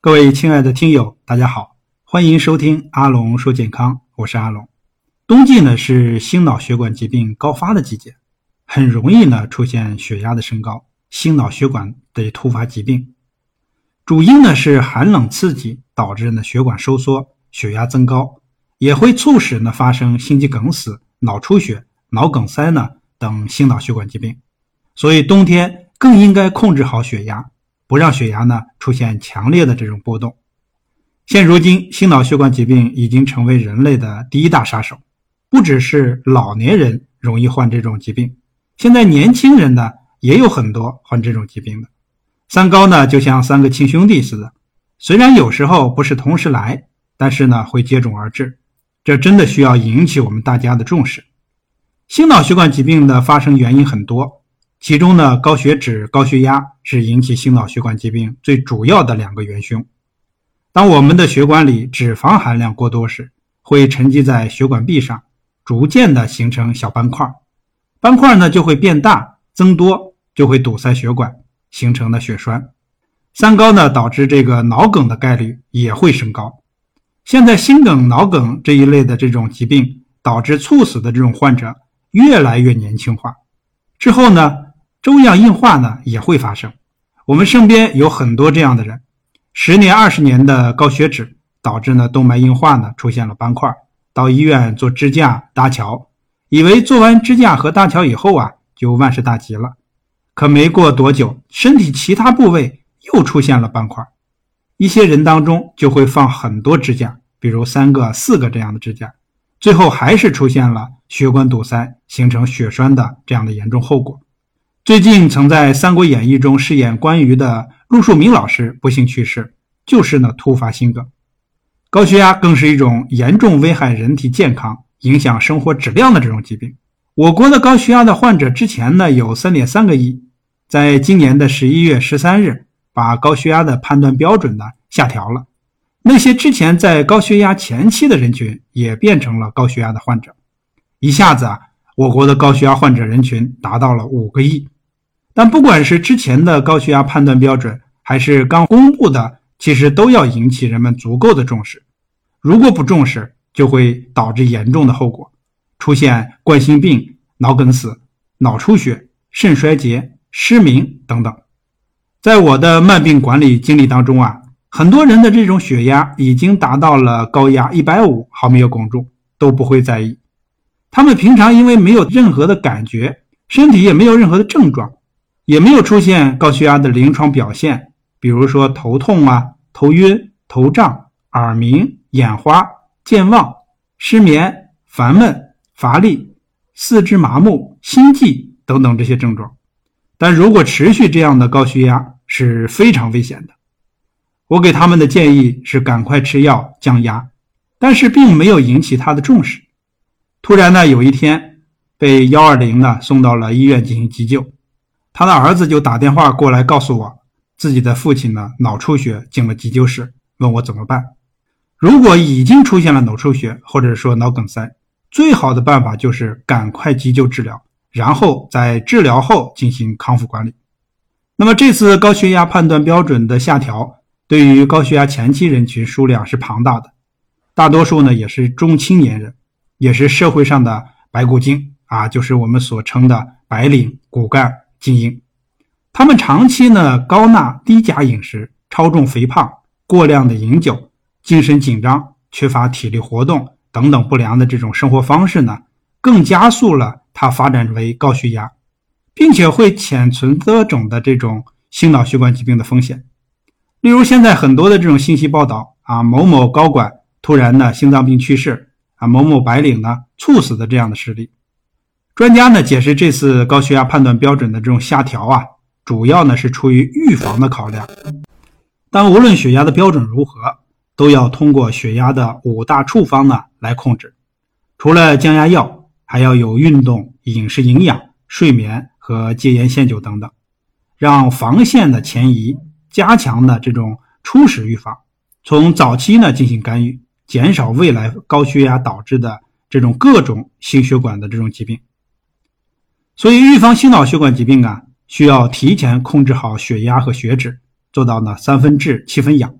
各位亲爱的听友，大家好，欢迎收听阿龙说健康，我是阿龙。冬季呢是心脑血管疾病高发的季节，很容易呢出现血压的升高、心脑血管的突发疾病。主因呢是寒冷刺激导致呢血管收缩、血压增高，也会促使呢发生心肌梗死、脑出血、脑梗塞呢等心脑血管疾病。所以冬天更应该控制好血压，不让血压呢出现强烈的这种波动。现如今心脑血管疾病已经成为人类的第一大杀手，不只是老年人容易患这种疾病，现在年轻人呢也有很多患这种疾病的。三高呢就像三个亲兄弟似的，虽然有时候不是同时来，但是呢会接踵而至，这真的需要引起我们大家的重视。心脑血管疾病的发生原因很多，其中呢高血脂、高血压是引起心脑血管疾病最主要的两个元凶。当我们的血管里脂肪含量过多时，会沉积在血管壁上，逐渐的形成小斑块，斑块呢就会变大增多，就会堵塞血管，形成了血栓。三高呢导致这个脑梗的概率也会升高。现在心梗、脑梗这一类的这种疾病导致猝死的这种患者越来越年轻化，之后呢粥样硬化呢也会发生。我们身边有很多这样的人，10年20年的高血脂导致呢动脉硬化呢出现了斑块，到医院做支架搭桥，以为做完支架和搭桥以后就万事大吉了，可没过多久身体其他部位又出现了斑块。一些人当中就会放很多支架，比如3个4个这样的支架，最后还是出现了血管堵塞，形成血栓的这样的严重后果。最近曾在《三国演义》中饰演关羽的陆树铭老师不幸去世，就是呢突发心梗。高血压更是一种严重危害人体健康、影响生活质量的这种疾病。我国的高血压的患者之前呢有 3.3 个亿，在今年的11月13日把高血压的判断标准呢下调了，那些之前在高血压前期的人群也变成了高血压的患者，一下子我国的高血压患者人群达到了5个亿。但不管是之前的高血压判断标准还是刚公布的，其实都要引起人们足够的重视。如果不重视，就会导致严重的后果，出现冠心病、脑梗死、脑出血、肾衰竭、失明等等。在我的慢病管理经历当中很多人的这种血压已经达到了高压150毫米汞柱都不会在意，他们平常因为没有任何的感觉，身体也没有任何的症状，也没有出现高血压的临床表现，比如说头痛头晕、头胀、耳鸣、眼花、健忘、失眠、烦闷、乏力、四肢麻木、心悸等等这些症状。但如果持续这样的高血压是非常危险的。我给他们的建议是赶快吃药降压，但是并没有引起他的重视。突然呢有一天被120呢送到了医院进行急救，他的儿子就打电话过来告诉我，自己的父亲呢脑出血进了急救室，问我怎么办。如果已经出现了脑出血或者说脑梗塞，最好的办法就是赶快急救治疗，然后在治疗后进行康复管理。那么这次高血压判断标准的下调，对于高血压前期人群数量是庞大的，大多数呢也是中青年人，也是社会上的白骨精就是我们所称的白领、骨干、精英。他们长期呢高钠低钾饮食、超重肥胖、过量的饮酒、精神紧张、缺乏体力活动等等不良的这种生活方式呢，更加速了它发展为高血压，并且会潜存多种的这种心脑血管疾病的风险。例如现在很多的这种信息报道某某高管突然呢心脏病去世某某白领呢猝死的这样的事例。专家呢解释这次高血压判断标准的这种下调主要呢是出于预防的考量。但无论血压的标准如何，都要通过血压的5大处方呢来控制。除了降压药，还要有运动、饮食营养、睡眠和戒烟限酒等等，让防线的前移，加强呢这种初始预防，从早期呢进行干预，减少未来高血压导致的这种各种心血管的这种疾病。所以预防心脑血管疾病需要提前控制好血压和血脂，做到呢3分治7分养，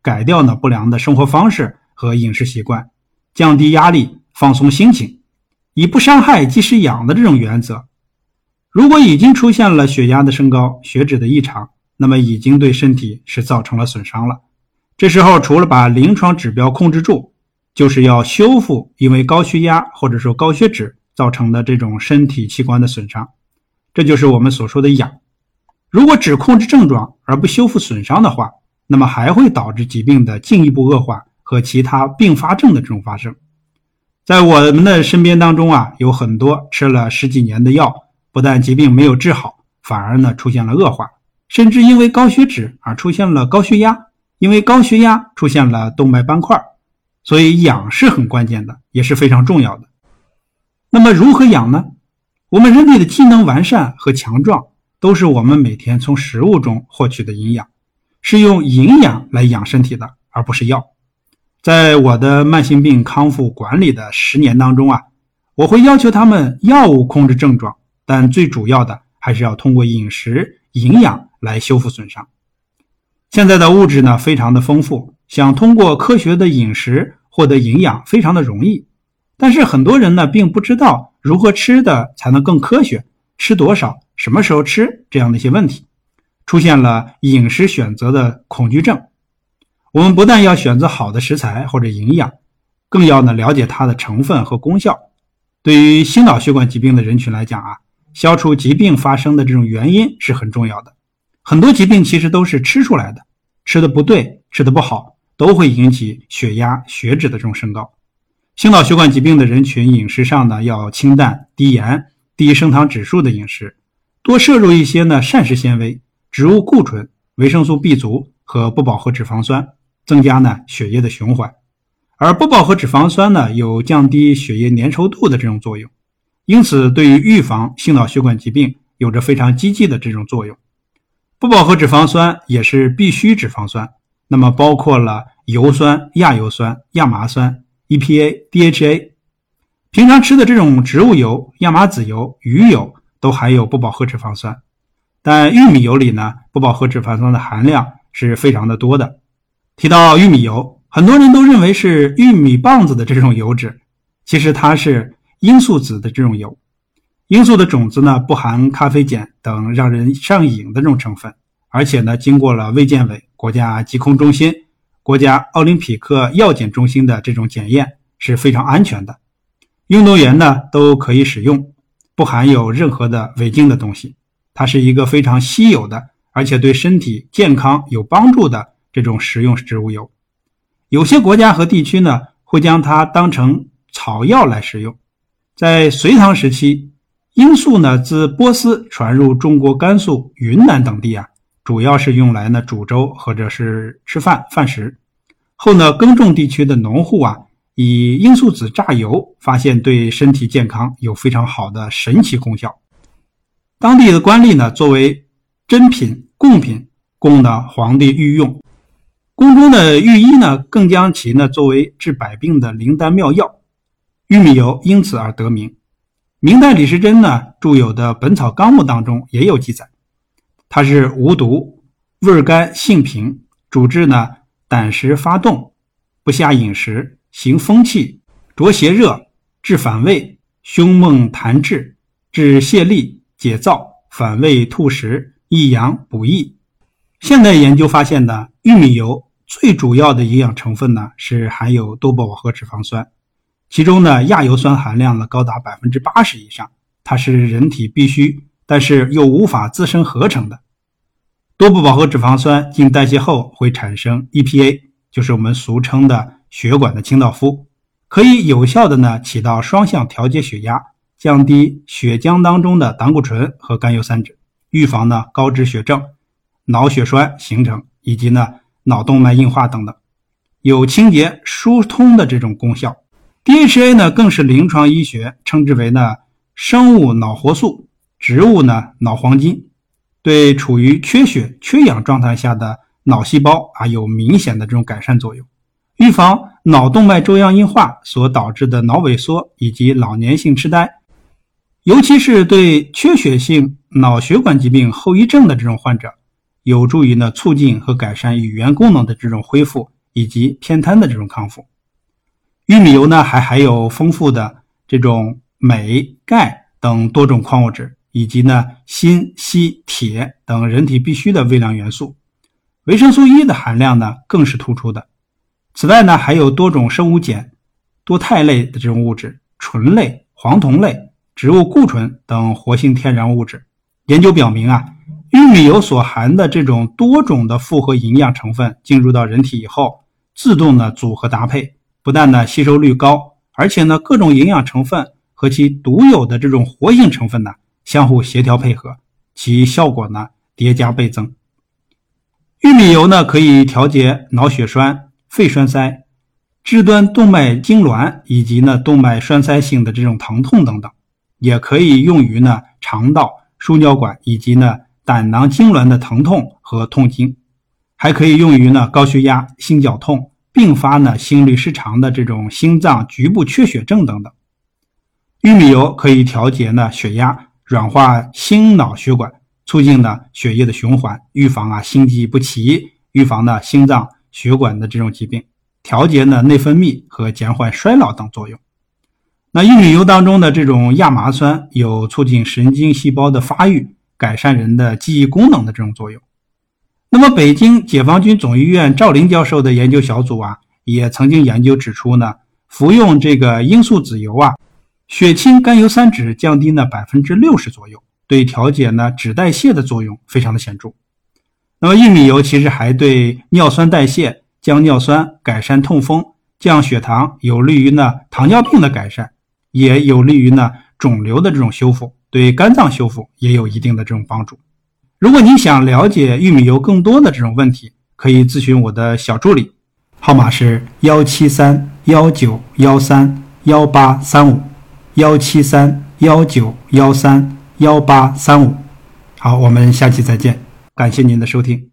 改掉呢不良的生活方式和饮食习惯，降低压力，放松心情，以不伤害即是养的这种原则。如果已经出现了血压的升高、血脂的异常，那么已经对身体是造成了损伤了。这时候除了把临床指标控制住，就是要修复因为高血压或者说高血脂造成的这种身体器官的损伤，这就是我们所说的养。如果只控制症状而不修复损伤的话，那么还会导致疾病的进一步恶化和其他并发症的这种发生。在我们的身边当中有很多吃了10几年的药，不但疾病没有治好，反而呢出现了恶化，甚至因为高血脂而出现了高血压，因为高血压出现了动脉斑块。所以养是很关键的，也是非常重要的。那么如何养呢？我们人体的机能完善和强壮都是我们每天从食物中获取的营养，是用营养来养身体的，而不是药。在我的慢性病康复管理的10年当中我会要求他们药物控制症状，但最主要的还是要通过饮食营养来修复损伤。现在的物质呢非常的丰富，想通过科学的饮食获得营养非常的容易，但是很多人呢并不知道如何吃的才能更科学，吃多少，什么时候吃这样的一些问题，出现了饮食选择的恐惧症。我们不但要选择好的食材或者营养，更要呢了解它的成分和功效。对于心脑血管疾病的人群来讲消除疾病发生的这种原因是很重要的。很多疾病其实都是吃出来的，吃的不对，吃的不好，都会引起血压、血脂的这种升高。心脑血管疾病的人群饮食上呢要清淡、低盐、低升糖指数的饮食，多摄入一些呢膳食纤维、植物固醇、维生素 B 族和不饱和脂肪酸，增加呢血液的循环。而不饱和脂肪酸呢有降低血液粘稠度的这种作用，因此对于预防心脑血管疾病有着非常积极的这种作用。不饱和脂肪酸也是必需脂肪酸，那么包括了油酸、亚油酸、亚麻酸、EPA、DHA。 平常吃的这种植物油、亚麻籽油、鱼油都含有不饱和脂肪酸，但玉米油里呢不饱和脂肪酸的含量是非常的多的。提到玉米油，很多人都认为是玉米棒子的这种油脂，其实它是罂粟籽的这种油。罂粟的种子呢不含咖啡碱等让人上瘾的这种成分，而且呢经过了卫健委、国家疾控中心、国家奥林匹克药检中心的这种检验，是非常安全的。运动员呢都可以使用，不含有任何的违禁的东西。它是一个非常稀有的，而且对身体健康有帮助的这种食用植物油。有些国家和地区呢会将它当成草药来食用。在隋唐时期，罂粟呢自波斯传入中国甘肃、云南等地主要是用来呢煮粥或者是吃饭食。后呢耕种地区的农户以罂粟籽榨油，发现对身体健康有非常好的神奇功效。当地的官吏呢作为珍品、贡品供呢皇帝御用。宫中的御医呢更将其呢作为治百病的灵丹妙药，玉米油因此而得名。明代李时珍呢著有的《本草纲目》当中也有记载，它是无毒、味甘性平，主治呢胆石发动、不下饮食、行风气、浊邪热、治反胃、胸梦痰滞、治泄痢、解燥、反胃吐食、益阳补益。现代研究发现呢，玉米油最主要的营养成分呢是含有多不饱和脂肪酸，其中呢亚油酸含量呢高达 80% 以上，它是人体必须但是又无法自身合成的。多不饱和脂肪酸经代谢后会产生 EPA， 就是我们俗称的血管的清道夫，可以有效的呢起到双向调节血压，降低血浆当中的胆固醇和甘油三酯，预防呢高脂血症、脑血栓形成以及呢脑动脉硬化等等，有清洁疏通的这种功效。 DHA 呢更是临床医学称之为呢生物脑活素，植物呢脑黄金，对处于缺血缺氧状态下的脑细胞有明显的这种改善作用，预防脑动脉粥样硬化所导致的脑萎缩以及老年性痴呆，尤其是对缺血性脑血管疾病后遗症的这种患者，有助于呢促进和改善语言功能的这种恢复以及偏瘫的这种康复。玉米油呢还含有丰富的这种镁、钙等多种矿物质，以及呢锌、硒、铁等人体必需的微量元素。维生素 E 的含量呢更是突出的。此外呢还有多种生物碱、多肽类的这种物质、醇类、黄酮类、植物固醇等活性天然物质。研究表明玉米油所含的这种多种的复合营养成分进入到人体以后，自动的组合搭配，不但呢吸收率高，而且呢各种营养成分和其独有的这种活性成分呢相互协调配合，其效果呢叠加倍增。玉米油呢可以调节脑血栓、肺栓塞、肢端动脉痉挛以及呢动脉栓塞性的这种疼痛等等，也可以用于呢肠道、输尿管以及呢胆囊痉挛的疼痛和痛经，还可以用于呢高血压、心绞痛、并发呢心律失常的这种心脏局部缺血症等等。玉米油可以调节呢血压，软化心脑血管，促进呢血液的循环，预防心悸不齐，预防呢心脏血管的这种疾病，调节呢内分泌和减缓衰老等作用。那玉米油当中的这种亚麻酸有促进神经细胞的发育，改善人的记忆功能的这种作用。那么北京解放军总医院赵林教授的研究小组也曾经研究指出呢，服用这个罂粟籽油血清甘油三酯降低呢 60% 左右，对调节呢脂代谢的作用非常的显著。那么玉米油其实还对尿酸代谢、降尿酸、改善痛风、降血糖，有利于呢糖尿病的改善，也有利于呢肿瘤的这种修复，对肝脏修复也有一定的这种帮助。如果你想了解玉米油更多的这种问题，可以咨询我的小助理，号码是17319131835 17319131835。好，我们下期再见，感谢您的收听。